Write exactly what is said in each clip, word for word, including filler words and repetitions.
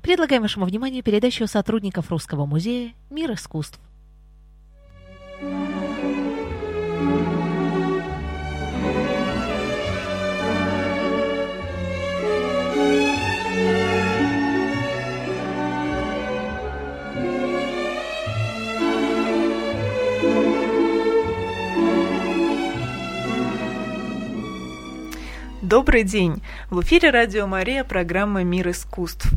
Предлагаем вашему вниманию передачу сотрудников Русского музея «Мир искусств». Добрый день! В эфире Радио Мария, программа «Мир искусств».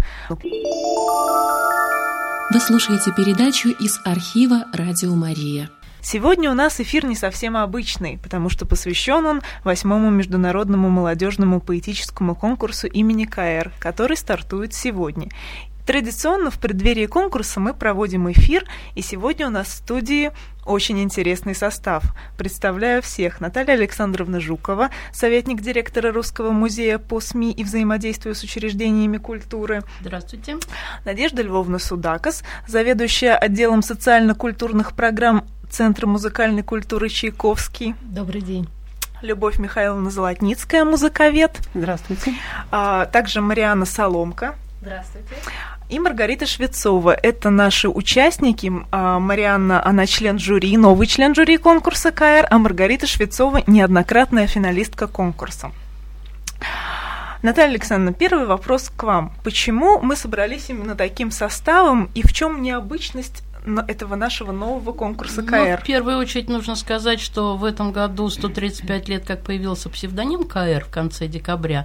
Вы слушаете передачу из архива Радио Мария. Сегодня у нас эфир не совсем обычный, потому что посвящен он восьмому международному молодежному поэтическому конкурсу имени КАЭР, который стартует сегодня. Традиционно в преддверии конкурса мы проводим эфир, и сегодня у нас в студии очень интересный состав. Представляю всех. Наталья Александровна Жукова, советник директора Русского музея по СМИ и взаимодействию с учреждениями культуры. Здравствуйте. Надежда Львовна Судакас, заведующая отделом социально-культурных программ Центра музыкальной культуры Чайковский. Добрый день. Любовь Михайловна Золотницкая, музыковед. Здравствуйте. А, также Марианна Соломка. Здравствуйте. И Маргарита Швецова. Это наши участники. Марианна, она член жюри, новый член жюри конкурса КАЭР, а Маргарита Швецова неоднократная финалистка конкурса. Наталья Александровна, первый вопрос к вам. Почему мы собрались именно таким составом и в чем необычность этого нашего нового конкурса КАЭР? Ну, в первую очередь нужно сказать, что в этом году сто тридцать пять лет, как появился псевдоним КАЭР в конце декабря.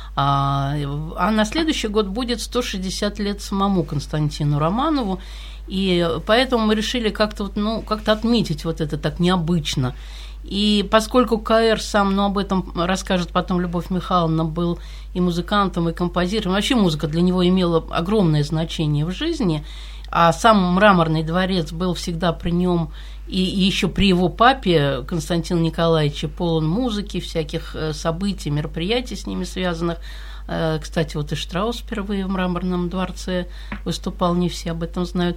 А, а на следующий год будет сто шестьдесят лет самому Константину Романову, и поэтому мы решили как-то, ну, как-то отметить вот это так необычно. И поскольку КАЭР сам, ну, об этом расскажет потом Любовь Михайловна, был и музыкантом, и композитором, вообще музыка для него имела огромное значение в жизни, а сам Мраморный дворец был всегда при нем, и еще при его папе Константине Николаевиче, полон музыки, всяких событий, мероприятий с ними связанных. Кстати, вот и Штраус впервые в Мраморном дворце выступал, не все об этом знают.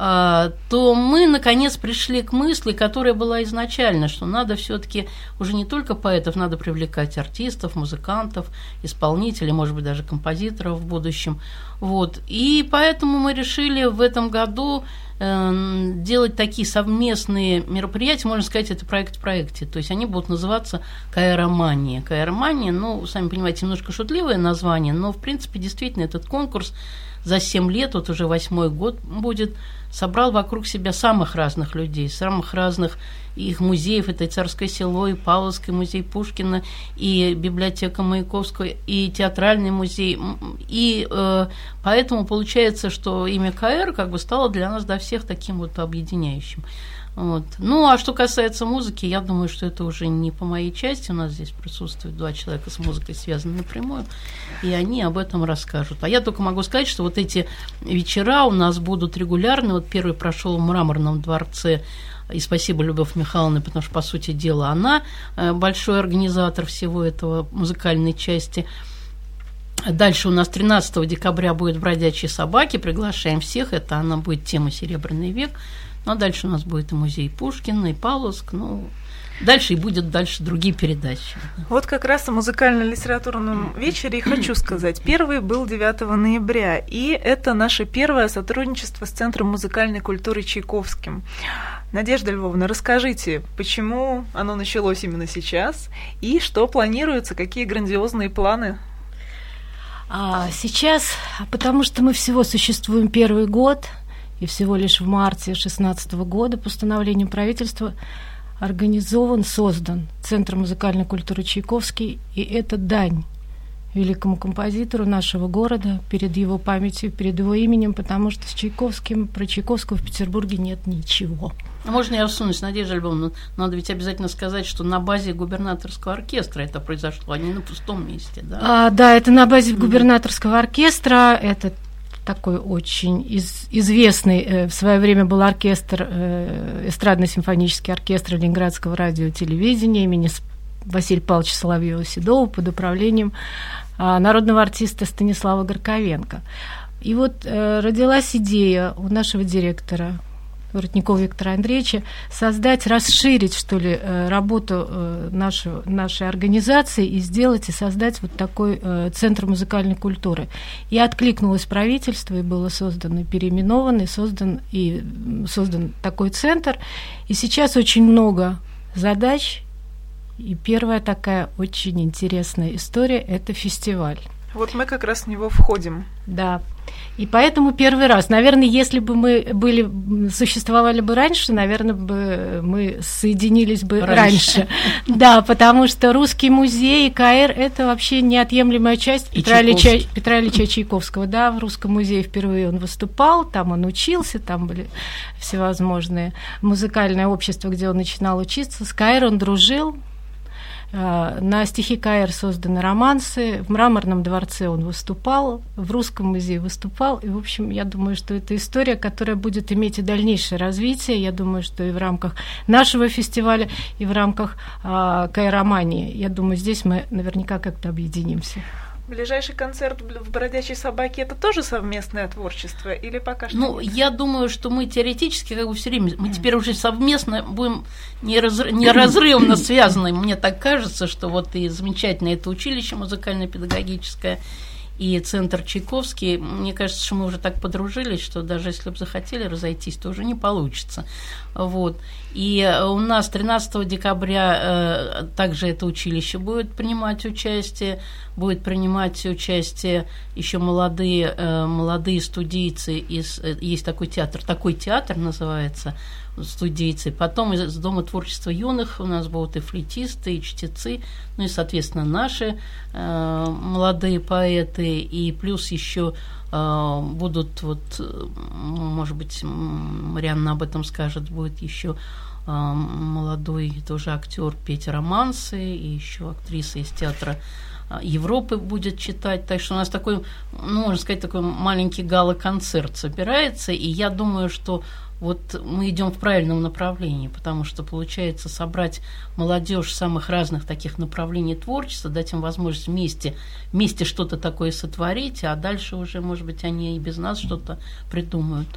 То мы, наконец, пришли к мысли, которая была изначально, что надо все-таки уже не только поэтов, надо привлекать артистов, музыкантов, исполнителей, может быть, даже композиторов в будущем. Вот. И поэтому мы решили в этом году делать такие совместные мероприятия, можно сказать, это проект в проекте, то есть они будут называться «КАЭРомания». «КАЭРомания», ну, сами понимаете, немножко шутливое название, но, в принципе, действительно, этот конкурс за семь лет, вот уже восьмой год будет, собрал вокруг себя самых разных людей, самых разных их музеев. Это и Царское село, и Павловский музей Пушкина, и библиотека Маяковского, и театральный музей. И э, поэтому получается, что имя КАЭР как бы стало для нас, до всех, таким вот объединяющим. Вот. Ну, а что касается музыки, я думаю, что это уже не по моей части. У нас здесь присутствуют два человека с музыкой, связанные напрямую, и они об этом расскажут. А я только могу сказать, что вот эти вечера у нас будут регулярны. Вот первый прошел в Мраморном дворце, и спасибо Любовь Михайловне, потому что, по сути дела, она большой организатор всего этого, музыкальной части. Дальше у нас тринадцатого декабря будет «Бродячие собаки». Приглашаем всех. Это она будет тема «Серебряный век». Ну, а дальше у нас будет и музей Пушкина, и Павловск. Ну, дальше и будут дальше другие передачи. Вот как раз о музыкально-литературном вечере и хочу сказать. Первый был девятого ноября, и это наше первое сотрудничество с Центром музыкальной культуры Чайковским. Надежда Львовна, расскажите, почему оно началось именно сейчас, и что планируется, какие грандиозные планы? А сейчас, потому что мы всего существуем первый год, и всего лишь в марте две тысячи шестнадцатого года по постановлению правительства организован, создан Центр музыкальной культуры Чайковский, и это дань великому композитору нашего города перед его памятью, перед его именем, потому что с Чайковским, про Чайковского в Петербурге нет ничего. А можно я усунусь, Надежда Львовна? Надо ведь обязательно сказать, что на базе губернаторского оркестра это произошло, а не на пустом месте, да? А, да, это на базе губернаторского оркестра, это такой очень из, известный э, в свое время был оркестр, э, эстрадно-симфонический оркестр Ленинградского радио и телевидения имени Василия Павловича Соловьева-Седова под управлением э, народного артиста Станислава Горковенко. И вот э, родилась идея у нашего директора Воротникова Виктора Андреевича, создать, расширить, что ли, работу нашего, нашей организации и сделать, и создать вот такой центр музыкальной культуры. И откликнулось правительство, и было создано, переименован, и создан, и создан такой центр. И сейчас очень много задач, и первая такая очень интересная история – это фестиваль. Вот мы как раз в него входим. Да. И поэтому первый раз. Наверное, если бы мы были, существовали бы раньше, наверное, бы мы соединились бы раньше. раньше. Да, потому что Русский музей и КАЭР – это вообще неотъемлемая часть Петра Ильича, Петра Ильича Чайковского. Да, в Русском музее впервые он выступал, там он учился, там были всевозможные музыкальное общество, где он начинал учиться. С КАЭР он дружил. На стихи КАЭР созданы романсы, в Мраморном дворце он выступал, в Русском музее выступал, и, в общем, я думаю, что это история, которая будет иметь и дальнейшее развитие, я думаю, что и в рамках нашего фестиваля, и в рамках а, КАЭРомании, я думаю, здесь мы наверняка как-то объединимся. Ближайший концерт в «Бродячей собаке» — это тоже совместное творчество или пока что Ну, нет? Я думаю, что мы теоретически как бы все время, мы теперь уже совместно будем неразрывно связаны. Мне так кажется, что вот и замечательное это училище музыкально-педагогическое, и центр Чайковский, мне кажется, что мы уже так подружились, что даже если бы захотели разойтись, то уже не получится. Вот. И у нас тринадцатого декабря э, также это училище будет принимать участие, будет принимать участие еще молодые, э, молодые студийцы, из, э, есть такой театр, такой театр называется, студийцы. Потом из Дома творчества юных у нас будут и флейтисты, и чтецы, ну и, соответственно, наши э, молодые поэты, и плюс еще э, будут, вот, может быть, Марианна об этом скажет, будет еще э, молодой тоже актер петь романсы, и еще актриса из театра Европы будет читать, так что у нас такой, ну, можно сказать, такой маленький гала-концерт собирается, и я думаю, что вот мы идем в правильном направлении, потому что получается собрать молодежь самых разных таких направлений творчества, дать им возможность вместе, вместе что-то такое сотворить, а дальше уже, может быть, они и без нас что-то придумают.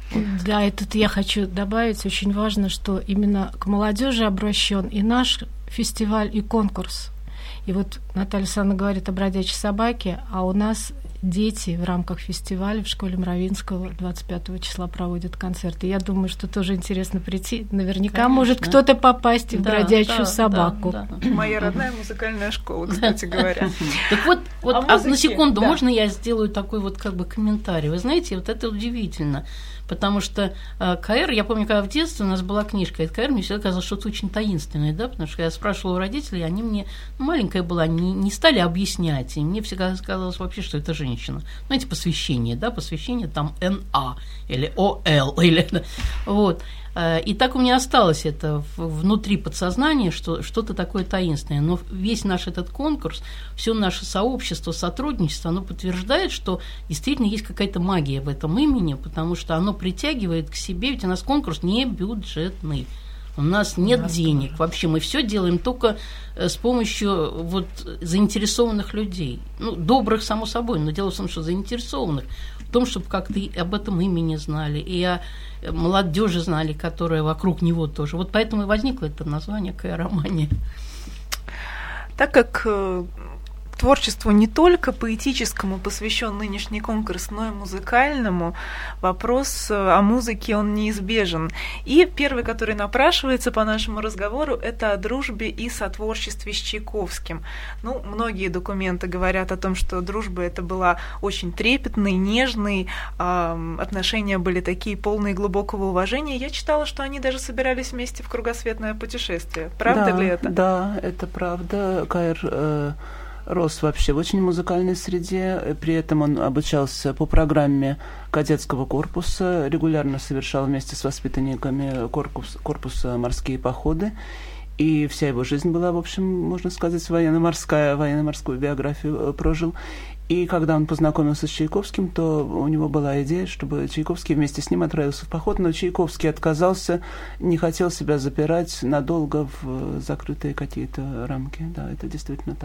Да, и тут я хочу добавить, очень важно, что именно к молодежи обращен и наш фестиваль, и конкурс. И вот Наталья Александровна говорит о «Бродячей собаке», а у нас дети в рамках фестиваля в школе Мравинского двадцать пятого числа проводят концерты. Я думаю, что тоже интересно прийти. Наверняка Конечно. Может кто-то попасть в да, «Бродячую да, собаку». Да, да. Моя родная музыкальная школа, кстати говоря. Так вот, вот а на секунду, можно я сделаю такой вот как бы комментарий? Вы знаете, вот это удивительно. Потому что э, КАЭР, я помню, когда в детстве у нас была книжка, это КАЭР, мне всегда казалось, что это очень таинственное, да, потому что я спрашивала у родителей, они мне, ну, маленькая была, не, не стали объяснять, и мне всегда казалось вообще, что это женщина. Знаете, посвящение, да, посвящение там эн а или о эл, или, вот. И так у меня осталось это внутри подсознания, что что-то такое таинственное. Но весь наш этот конкурс, все наше сообщество, сотрудничество, оно подтверждает, что действительно есть какая-то магия в этом имени, потому что оно притягивает к себе, ведь у нас конкурс не бюджетный. У нас нет денег вообще, мы все делаем только с помощью вот заинтересованных людей. Ну, добрых, само собой, но дело в том, что заинтересованных в том, чтобы как-то и об этом имени знали, и о молодежи знали, которая вокруг него тоже. Вот поэтому и возникло это название «КАЭРомания». Так как творчеству не только поэтическому посвящен нынешний конкурс, но и музыкальному, вопрос о музыке, он неизбежен. И первый, который напрашивается по нашему разговору, это о дружбе и сотворчестве с Чайковским. Ну, многие документы говорят о том, что дружба это была очень трепетной, нежной, э, отношения были такие полные глубокого уважения. Я читала, что они даже собирались вместе в кругосветное путешествие. Правда да, ли это? Да, это правда. КАЭР э, рос вообще в очень музыкальной среде, при этом он обучался по программе кадетского корпуса, регулярно совершал вместе с воспитанниками корпус, корпуса морские походы, и вся его жизнь была, в общем, можно сказать, военно-морская, военно-морскую биографию прожил. И когда он познакомился с Чайковским, то у него была идея, чтобы Чайковский вместе с ним отправился в поход, но Чайковский отказался, не хотел себя запирать надолго в закрытые какие-то рамки. Да, это действительно так.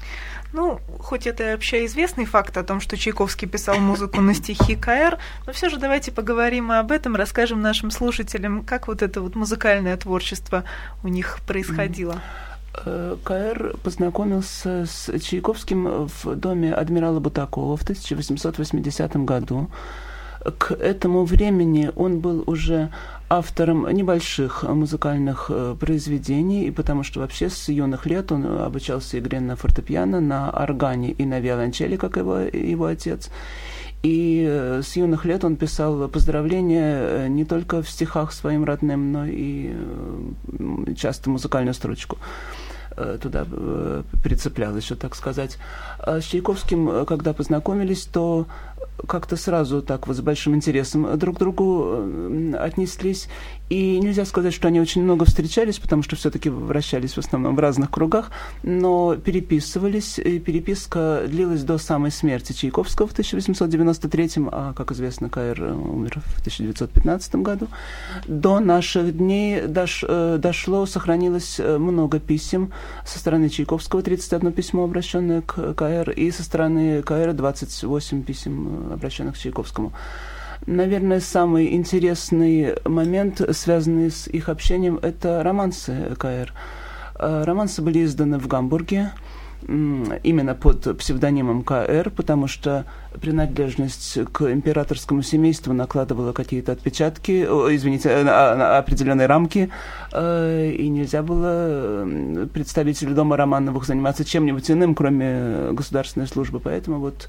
Ну, хоть это и общеизвестный факт о том, что Чайковский писал музыку на стихи КР, но все же давайте поговорим об этом, расскажем нашим слушателям, как вот это вот музыкальное творчество у них происходило. КР познакомился с Чайковским в доме адмирала Бутакова в тысяча восемьсот восьмидесятом году. К этому времени он был уже автором небольших музыкальных произведений, и потому что вообще с юных лет он обучался игре на фортепиано, на органе и на виолончели, как его, его отец. И с юных лет он писал поздравления не только в стихах своим родным, но и часто музыкальную строчку туда прицеплял еще, так сказать. А с Чайковским, когда познакомились, то как-то сразу так вот с большим интересом друг к другу отнеслись. И нельзя сказать, что они очень много встречались, потому что все-таки вращались в основном в разных кругах, но переписывались. И переписка длилась до самой смерти Чайковского в тысяча восемьсот девяносто третьем, а, как известно, КР умер в тысяча девятьсот пятнадцатом году. До наших дней дош, дошло, сохранилось много писем со стороны Чайковского, тридцать одно письмо, обращенное к КР, и со стороны КР двадцать восемь писем, обращенных к Чайковскому. Наверное, самый интересный момент, связанный с их общением, это романсы КР. Романсы были изданы в Гамбурге именно под псевдонимом КР, потому что принадлежность к императорскому семейству накладывала какие-то отпечатки, о, извините, на, на определенные рамки, э, и нельзя было представителю дома Романовых заниматься чем-нибудь иным, кроме государственной службы. Поэтому вот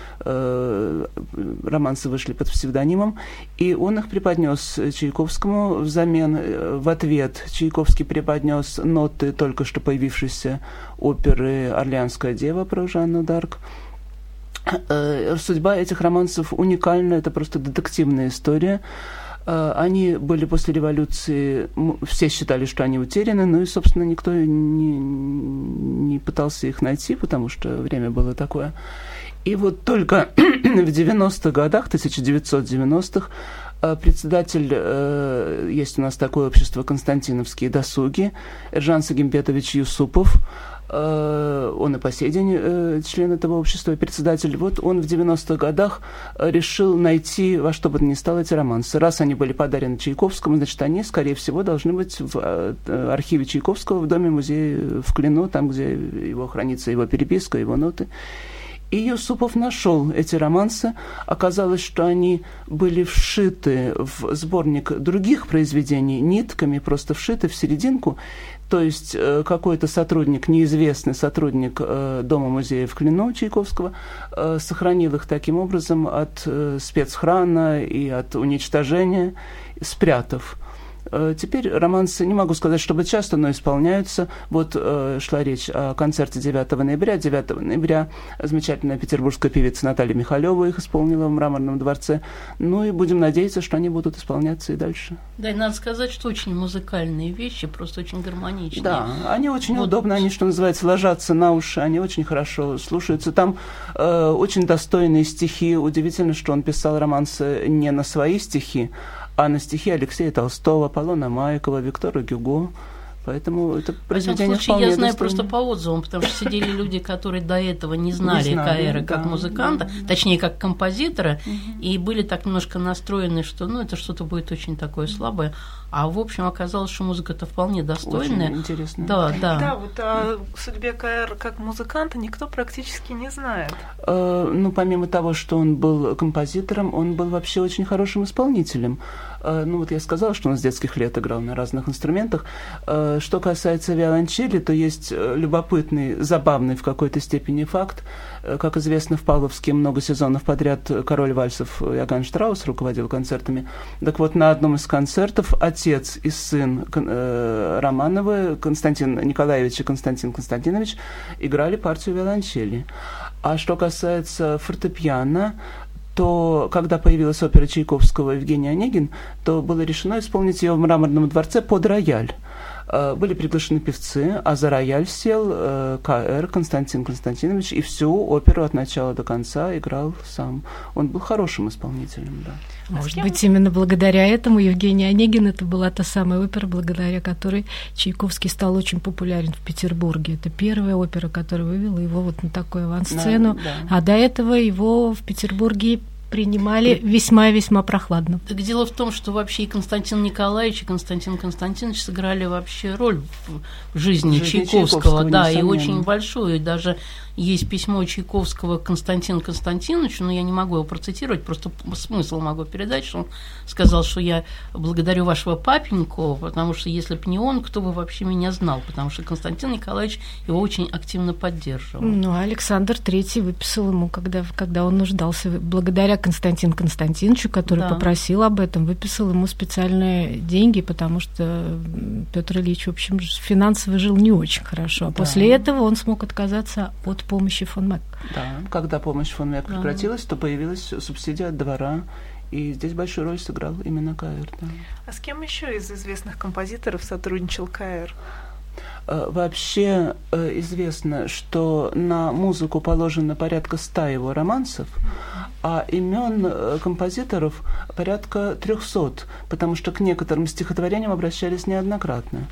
романсы вышли под псевдонимом, и он их преподнес Чайковскому. Взамен, в ответ, Чайковский преподнес ноты только что появившейся оперы «Орлеанская дева» про Жанну д'Арк. Судьба этих романсов уникальна, это просто детективная история. Они были после революции, все считали, что они утеряны, ну и, собственно, никто не, не пытался их найти, потому что время было такое. И вот только в девяностых годах, тысяча девятьсот девяностых, председатель, есть у нас такое общество «Константиновские досуги», Эржан Сагимбетович Юсупов, он и по сей день член этого общества, председатель, вот он в девяностых годах решил найти во что бы то ни стало эти романсы. Раз они были подарены Чайковскому, значит, они, скорее всего, должны быть в архиве Чайковского в доме-музее в Клину, там, где его хранится его переписка, его ноты. И Юсупов нашел эти романсы. Оказалось, что они были вшиты в сборник других произведений нитками, просто вшиты в серединку. То есть какой-то сотрудник, неизвестный сотрудник Дома-музея в Клину Чайковского сохранил их таким образом от спецхрана и от уничтожения, спрятав. Теперь романсы, не могу сказать, чтобы часто, но исполняются. Вот э, шла речь о концерте девятого ноября. девятого ноября замечательная петербургская певица Наталья Михалева их исполнила в Мраморном дворце. Ну и будем надеяться, что они будут исполняться и дальше. Да, и надо сказать, что очень музыкальные вещи, просто очень гармоничные. Да, они очень вот. удобно, они, что называется, ложатся на уши, они очень хорошо слушаются. Там э, очень достойные стихи. Удивительно, что он писал романсы не на свои стихи, а на стихи Алексея Толстого, Аполлона Маякова, Виктора Гюго. Поэтому это произведение вполне я знаю достойно. Просто по отзывам, потому что сидели люди, которые до этого не знали, не знали КР как да, музыканта, да, да. точнее, как композитора, угу. и были так немножко настроены, что ну, это что-то будет очень такое слабое. А в общем оказалось, что музыка-то вполне достойная. Очень интересно. Да, да. Да, вот о судьбе КР как музыканта никто практически не знает. Э, ну, помимо того, что он был композитором, он был вообще очень хорошим исполнителем. Э, ну, вот я сказала, что он с детских лет играл на разных инструментах. Э, что касается виолончели, то есть любопытный, забавный в какой-то степени факт. Э, как известно, в Павловске много сезонов подряд король вальсов Иоганн Штраус руководил концертами. Так вот, на одном из концертов отец и сын э, Романовы, Константин Николаевич и Константин Константинович, играли партию виолончели. А что касается фортепиано, то когда появилась опера Чайковского «Евгений Онегин», то было решено исполнить ее в Мраморном дворце под рояль. Были приглашены певцы, а за рояль сел ка.эр. Константин Константинович, и всю оперу от начала до конца играл сам. Он был хорошим исполнителем, да. Может а быть, именно благодаря этому Евгений Онегин, это была та самая опера, благодаря которой Чайковский стал очень популярен в Петербурге. Это первая опера, которая вывела его вот на такую авансцену. Да, да. А до этого его в Петербурге принимали весьма-весьма прохладно. Так дело в том, что вообще и Константин Николаевич, и Константин Константинович сыграли вообще роль в жизни, в жизни Чайковского, Чайковского, да, и очень большую. И даже есть письмо Чайковского Константину Константиновичу, но я не могу его процитировать, просто смысл могу передать, что он сказал, что я благодарю вашего папеньку, потому что если бы не он, кто бы вообще меня знал, потому что Константин Николаевич его очень активно поддерживал. Ну, а Александр Третий выписал ему, когда, когда он нуждался, благодаря Константину Константиновичу, который да. попросил об этом, выписал ему специальные деньги, потому что Петр Ильич, в общем, финансово жил не очень хорошо. А да. после этого он смог отказаться от помощи фон Мек. Да, когда помощь фон Мек да. прекратилась, то появилась субсидия от двора, и здесь большую роль сыграл именно ка.эр. Да. А с кем еще из известных композиторов сотрудничал ка.эр? Вообще известно, что на музыку положено порядка ста его романсов, а имен композиторов порядка трехсот, потому что к некоторым стихотворениям обращались неоднократно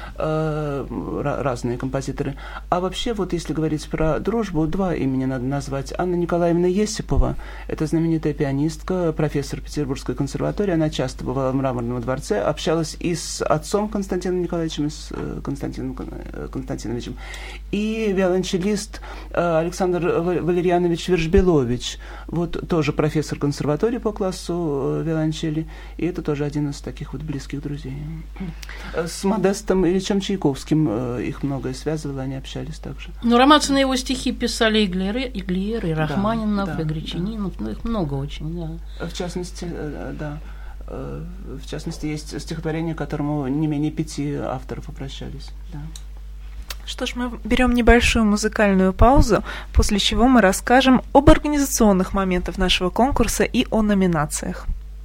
разные композиторы. А вообще, вот если говорить про дружбу, два имени надо назвать. Анна Николаевна Есипова, это знаменитая пианистка, профессор Петербургской консерватории, она часто бывала в Мраморном дворце, общалась и с отцом Константином Николаевичем, и с Константином Константиновичем, и виолончелист Александр Валерьянович Вершбелович, вот тоже профессор консерватории по классу виолончели, и это тоже один из таких вот близких друзей. С Модестом Ильичем Чайковским их многое связывало, они общались также. Ну, романсы на его стихи писали и Глиер, и, Глиер, и Рахманинов, да, да, и Гречанинов, да. Ну, их много очень, да. В частности, да, в частности, есть стихотворение, к которому не менее пяти авторов обращались, да. Что ж, мы берем небольшую музыкальную паузу, после чего мы расскажем об организационных моментах нашего конкурса и о номинациях.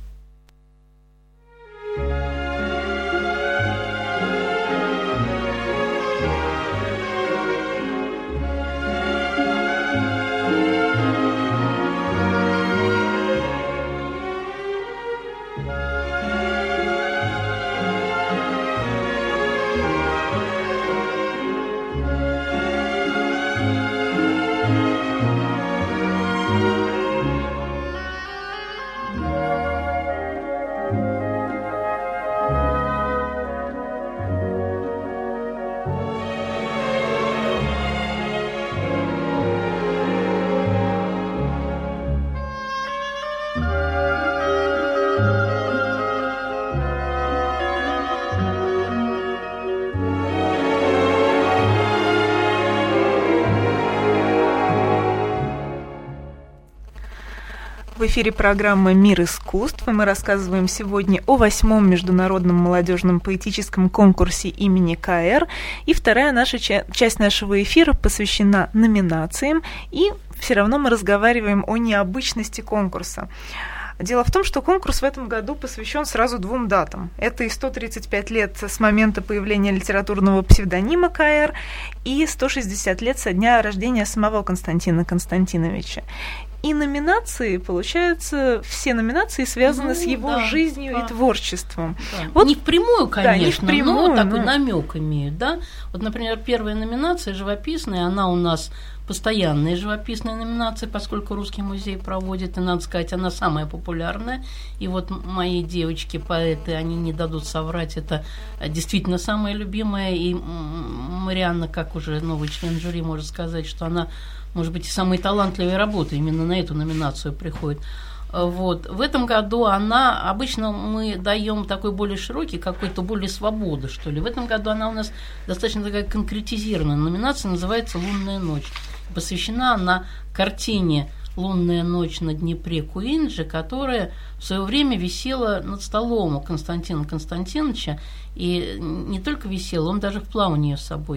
В эфире программа «Мир искусств», и мы рассказываем сегодня о восьмом международном молодежном поэтическом конкурсе имени ка.эр. И вторая наша ча- часть нашего эфира посвящена номинациям, и все равно мы разговариваем о необычности конкурса. Дело в том, что конкурс в этом году посвящен сразу двум датам. Это и сто тридцать пять лет с момента появления литературного псевдонима ка.эр, и сто шестьдесят лет со дня рождения самого Константина Константиновича. И номинации, получается, все номинации связаны ну, с его да, жизнью да. и творчеством. Да. Вот, не впрямую, конечно, да, не впрямую, но такой но... намек имеет, да. Вот, например, первая номинация живописная, она у нас постоянная живописная номинация, поскольку Русский музей проводит, и, надо сказать, она самая популярная. И вот мои девочки-поэты, они не дадут соврать, это действительно самая любимая. И Марианна, как уже новый член жюри, может сказать, что она, может быть, и самые талантливые работы именно на эту номинацию приходят. Вот. В этом году она, обычно мы даем такой более широкий, какой-то более свободы, что ли. В этом году она у нас достаточно такая конкретизированная номинация, называется «Лунная ночь». Посвящена она картине «Лунная ночь на Днепре» Куинджи, которая в свое время висела над столом у Константина Константиновича, и не только висела, он даже вплавал ее с собой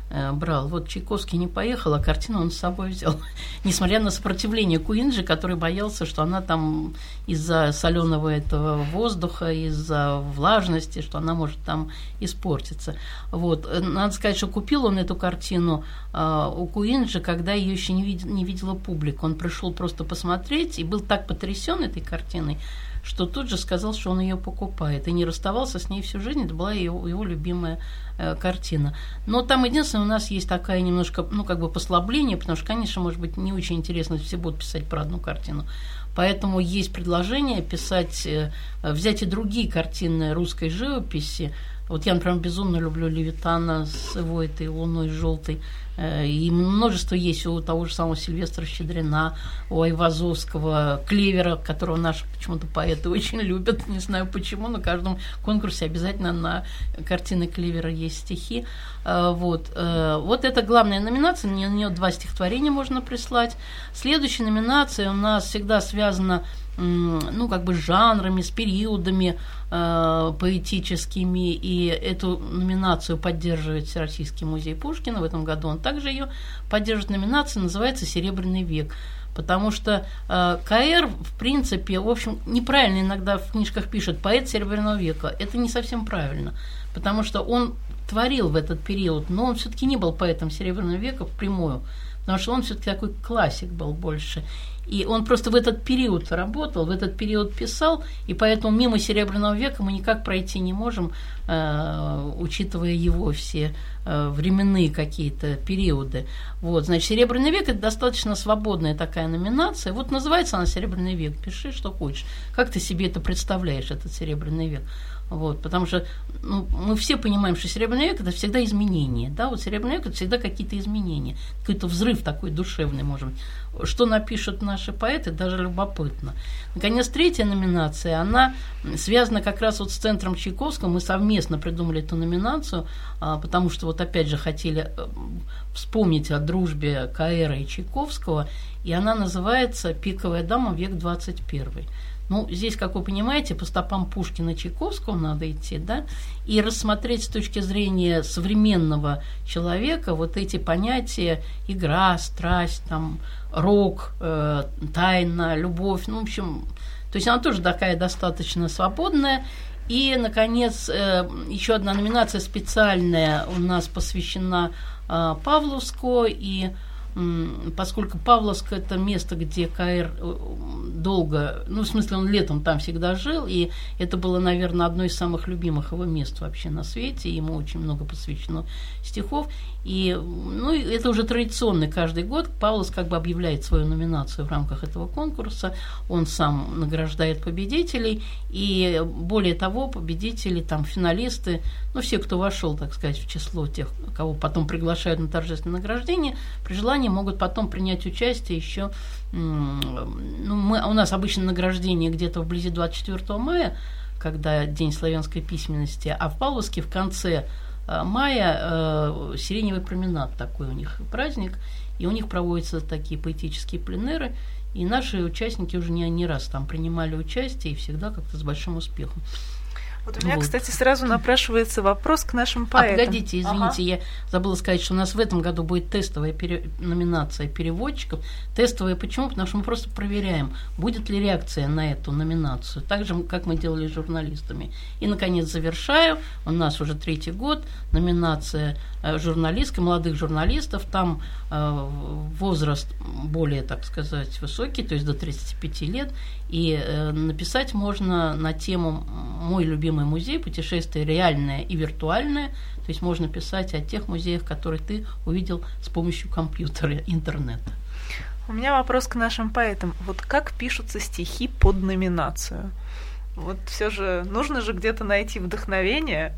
брал. Вот Чайковский не поехал, а картину он с собой взял. Несмотря на сопротивление Куинджи, который боялся, что она там из-за соленого этого воздуха, из-за влажности, что она может там испортиться. Вот. Надо сказать, что купил он эту картину э, у Куинджи, когда ее еще не, вид- не видела публика. Он пришел просто посмотреть и был так потрясен этой картиной, что тут же сказал, что он ее покупает, и не расставался с ней всю жизнь. Это была его, его любимая э, картина. Но там единственное, у нас есть такая немножко, ну, как бы послабление, потому что, конечно, может быть, не очень интересно, если все будут писать про одну картину. Поэтому есть предложение писать, э, взять и другие картины русской живописи. Вот я, например, безумно люблю Левитана с его этой луной желтой. И множество есть у того же самого Сильвестра Щедрина, у Айвазовского, Клевера, которого наши почему-то поэты очень любят. Не знаю почему, на каждом конкурсе обязательно на картины Клевера есть стихи. Вот, вот это главная номинация, на нее два стихотворения можно прислать. Следующая номинация у нас всегда связана, ну, как бы с жанрами, с периодами э, поэтическими, и эту номинацию поддерживает Всероссийский музей Пушкина. В этом году он также ее поддерживает. Номинация называется «Серебряный век», потому что э, КР, в принципе, в общем, неправильно иногда в книжках пишут «поэт Серебряного века». Это не совсем правильно, потому что он творил в этот период, но он все-таки не был поэтом Серебряного века впрямую, потому что он все-таки такой классик был больше. И он просто в этот период работал, в этот период писал, и поэтому мимо Серебряного века мы никак пройти не можем, э, учитывая его все э, временные какие-то периоды. Вот, значит, Серебряный век – это достаточно свободная такая номинация. Вот называется она «Серебряный век». Пиши, что хочешь. Как ты себе это представляешь, этот Серебряный век? Вот, потому что ну, мы все понимаем, что Серебряный век – это всегда изменения. Да? Вот Серебряный век – это всегда какие-то изменения, какой-то взрыв такой душевный, может быть. Что напишут наши поэты, даже любопытно. Наконец, третья номинация, она связана как раз вот с Центром Чайковского. Мы совместно придумали эту номинацию, потому что вот опять же хотели вспомнить о дружбе КР и Чайковского, и она называется «Пиковая дама. Век двадцать первый». Ну, здесь, как вы понимаете, по стопам Пушкина и Чайковского надо идти, да, и рассмотреть с точки зрения современного человека вот эти понятия игра, страсть, там, рок, э, тайна, любовь, ну, в общем, то есть она тоже такая достаточно свободная. И, наконец, э, еще одна номинация специальная у нас посвящена э, Павловску, и поскольку Павловск – это место, где КР долго, ну, в смысле, он летом там всегда жил, и это было, наверное, одно из самых любимых его мест вообще на свете, ему очень много посвящено стихов, и, ну, это уже традиционный каждый год. Павловск как бы объявляет свою номинацию в рамках этого конкурса, он сам награждает победителей, и более того, победители, там, финалисты, ну, все, кто вошел, так сказать, в число тех, кого потом приглашают на торжественное награждение, при желании могут потом принять участие еще. Ну, мы, у нас обычно награждение где-то вблизи двадцать четвёртого мая, когда День славянской письменности, а в Павловске в конце мая э, сиреневый променад, такой у них праздник, и у них проводятся такие поэтические пленеры, и наши участники уже не, не раз там принимали участие, и всегда как-то с большим успехом. Вот у меня, вот. Кстати, сразу напрашивается вопрос к нашим поэтам. А погодите, извините, ага. я забыла сказать, что у нас в этом году будет тестовая пере... номинация переводчиков. Тестовая почему? Потому что мы просто проверяем, будет ли реакция на эту номинацию, так же, как мы делали с журналистами. И, наконец, завершаю. У нас уже третий год номинация журналистка, молодых журналистов. Там э, возраст более, так сказать, высокий, то есть до тридцати пяти лет. И э, написать можно на тему «Мой любимый музей. Путешествие реальное и виртуальное». То есть можно писать о тех музеях, которые ты увидел с помощью компьютера, интернета. У меня вопрос к нашим поэтам. Вот как пишутся стихи под номинацию? Вот все же нужно же где-то найти вдохновение.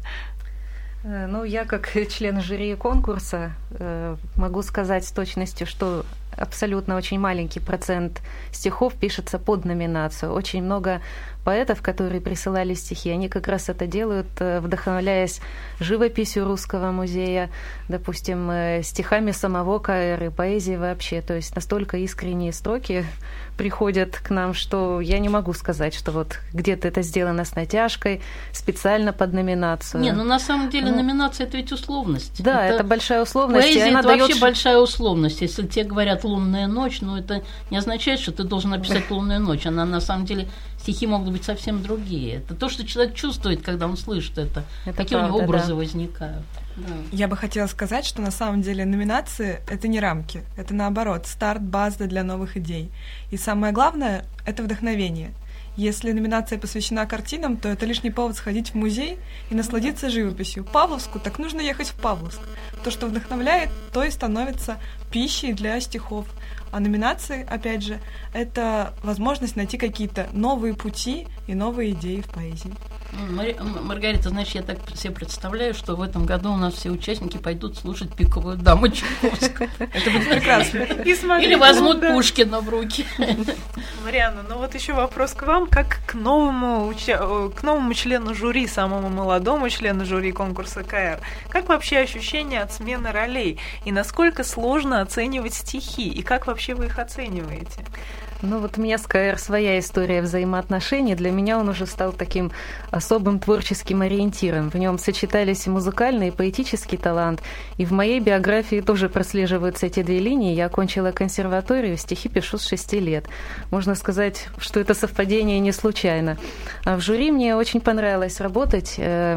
Ну, я как член жюри конкурса могу сказать с точностью, что абсолютно очень маленький процент стихов пишется под номинацию. Очень много поэтов, которые присылали стихи, они как раз это делают, вдохновляясь живописью Русского музея, допустим, стихами самого КАЭР и поэзией вообще. То есть настолько искренние строки приходят к нам, что я не могу сказать, что вот где-то это сделано с натяжкой, специально под номинацию. Не, ну на самом деле ну, номинация – это ведь условность. Да, это, это большая условность. Поэзия – это даёт... вообще большая условность. Если тебе говорят «лунная ночь», ну это не означает, что ты должен написать «лунную ночь». Она на самом деле, стихи могут быть совсем другие. Это то, что человек чувствует, когда он слышит это. это Какие правда, у него образы да. возникают. Да. Я бы хотела сказать, что на самом деле номинации — это не рамки, это наоборот старт, база для новых идей. И самое главное — это вдохновение. Если номинация посвящена картинам, то это лишний повод сходить в музей и насладиться живописью. Павловску, так нужно ехать в Павловск. То, что вдохновляет, то и становится пищей для стихов. А номинации, опять же, это возможность найти какие-то новые пути и новые идеи в поэзии. Мари... Маргарита, значит, я так себе представляю, что в этом году у нас все участники пойдут слушать «Пиковую даму» Чайковского. Это будет прекрасно. Или возьмут Пушкина в руки. Марианна, ну вот еще вопрос к вам, как к новому, к новому члену жюри, самому молодому члену жюри конкурса КАЭР. Как вообще ощущение от смены ролей? И насколько сложно оценивать стихи? И как вообще вы их оцениваете? Ну вот у меня с КАЭР своя история взаимоотношений. Для меня он уже стал таким особым творческим ориентиром. В нем сочетались и музыкальный, и поэтический талант. И в моей биографии тоже прослеживаются эти две линии. Я окончила консерваторию, стихи пишу с шести лет. Можно сказать, что это совпадение не случайно. А в жюри мне очень понравилось работать.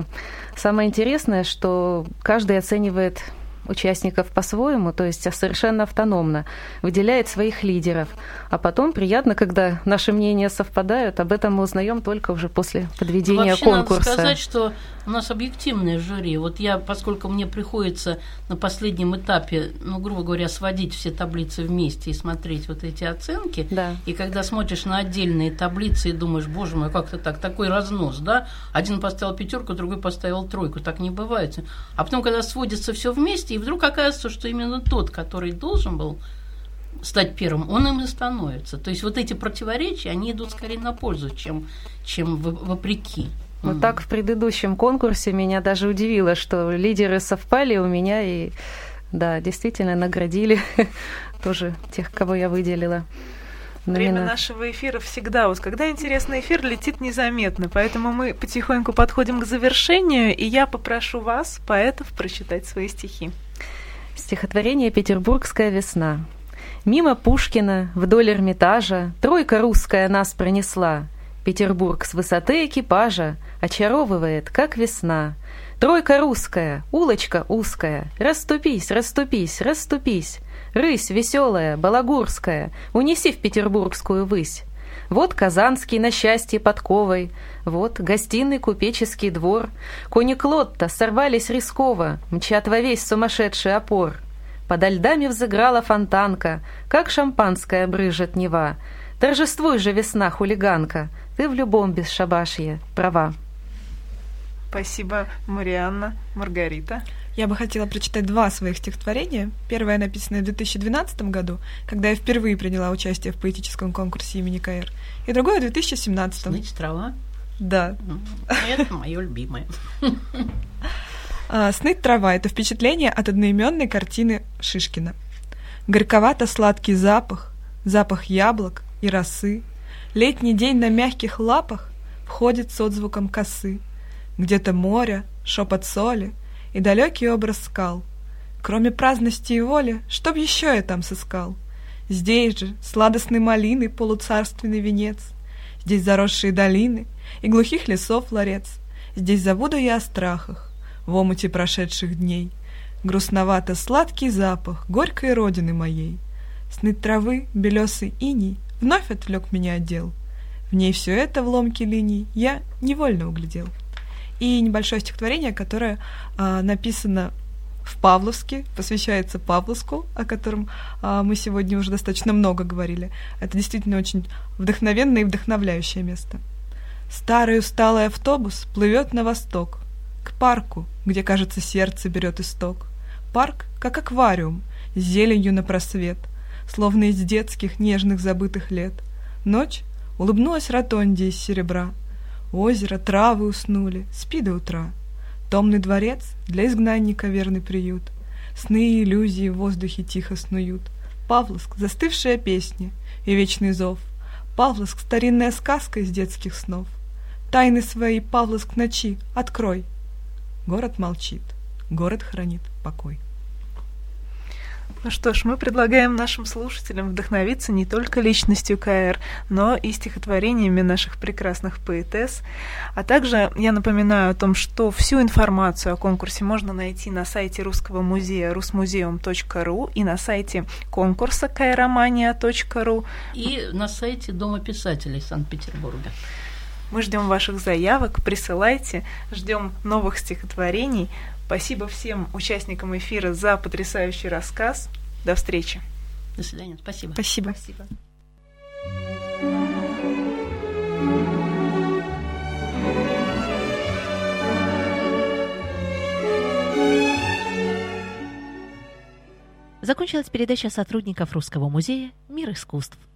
Самое интересное, что каждый оценивает участников по-своему, то есть совершенно автономно, выделяет своих лидеров. А потом приятно, когда наши мнения совпадают, об этом мы узнаем только уже после подведения Вообще, конкурса. Надо сказать, что у нас объективное жюри. Вот я, поскольку мне приходится на последнем этапе, ну, грубо говоря, сводить все таблицы вместе и смотреть вот эти оценки, да. И когда смотришь на отдельные таблицы и думаешь, боже мой, как-то так, такой разнос, да? Один поставил пятерку, другой поставил тройку, так не бывает. А потом, когда сводится все вместе, и вдруг оказывается, что именно тот, который должен был стать первым, он им и становится. То есть вот эти противоречия, они идут скорее на пользу, чем, чем вопреки. Вот mm. так в предыдущем конкурсе меня даже удивило, что лидеры совпали у меня, и да, действительно наградили тоже тех, кого я выделила. Время Номина... нашего эфира всегда, вот когда интересный эфир, летит незаметно, поэтому мы потихоньку подходим к завершению, и я попрошу вас, поэтов, прочитать свои стихи. Стихотворение «Петербургская весна». Мимо Пушкина, вдоль Эрмитажа, тройка русская нас пронесла. Петербург с высоты экипажа очаровывает, как весна. Тройка русская, улочка узкая, расступись, расступись, расступись. Рысь веселая, балагурская, унеси в петербургскую высь. Вот Казанский на счастье подковой, вот гостиный купеческий двор. Кони Клотта сорвались рисково, мчат во весь сумасшедший опор. Подо льдами взыграла фонтанка, как шампанское брызжет Нева. Торжествуй же, весна, хулиганка, ты в любом бесшабашье права. Спасибо, Марианна. Маргарита. Я бы хотела прочитать два своих стихотворения. Первое написано в две тысячи двенадцатом году, когда я впервые приняла участие в поэтическом конкурсе имени КАЭР. И другое в две тысячи семнадцатом. «Сныть трава». Да. Это мое любимое. «Сныть трава» — это впечатление от одноименной картины Шишкина. Горьковато-сладкий запах, запах яблок и росы. Летний день на мягких лапах входит с отзвуком косы. Где-то море, шепот соли и далекий образ скал. Кроме праздности и воли, что б еще я там сыскал? Здесь же сладостной малины полуцарственный венец, здесь заросшие долины и глухих лесов ларец. Здесь забуду я о страхах в омуте прошедших дней. Грустновато сладкий запах горькой родины моей. Сныть травы, белесый иней вновь отвлек меня от дел. В ней все это в ломке линий я невольно углядел. И небольшое стихотворение, которое а, написано в Павловске, посвящается Павловску, о котором а, мы сегодня уже достаточно много говорили. Это действительно очень вдохновенное и вдохновляющее место. Старый усталый автобус плывет на восток, к парку, где, кажется, сердце берет исток. Парк, как аквариум, с зеленью на просвет, словно из детских нежных забытых лет. Ночь улыбнулась ротонде из серебра. Озеро, травы уснули, спи до утра. Томный дворец для изгнанника верный приют. Сны и иллюзии в воздухе тихо снуют. Павловск — застывшая песня и вечный зов. Павловск — старинная сказка из детских снов. Тайны свои, Павловск, ночи, открой. Город молчит, город хранит покой. Ну что ж, мы предлагаем нашим слушателям вдохновиться не только личностью КАЭР, но и стихотворениями наших прекрасных поэтесс. А также я напоминаю о том, что всю информацию о конкурсе можно найти на сайте Русского музея русмузеум точка ру и на сайте конкурса каэромания точка ру и на сайте Дома писателей Санкт-Петербурга. Мы ждем ваших заявок, присылайте, ждем новых стихотворений. Спасибо всем участникам эфира за потрясающий рассказ. До встречи. До свидания. Спасибо. Спасибо. Спасибо. Закончилась передача сотрудников Русского музея «Мир искусств».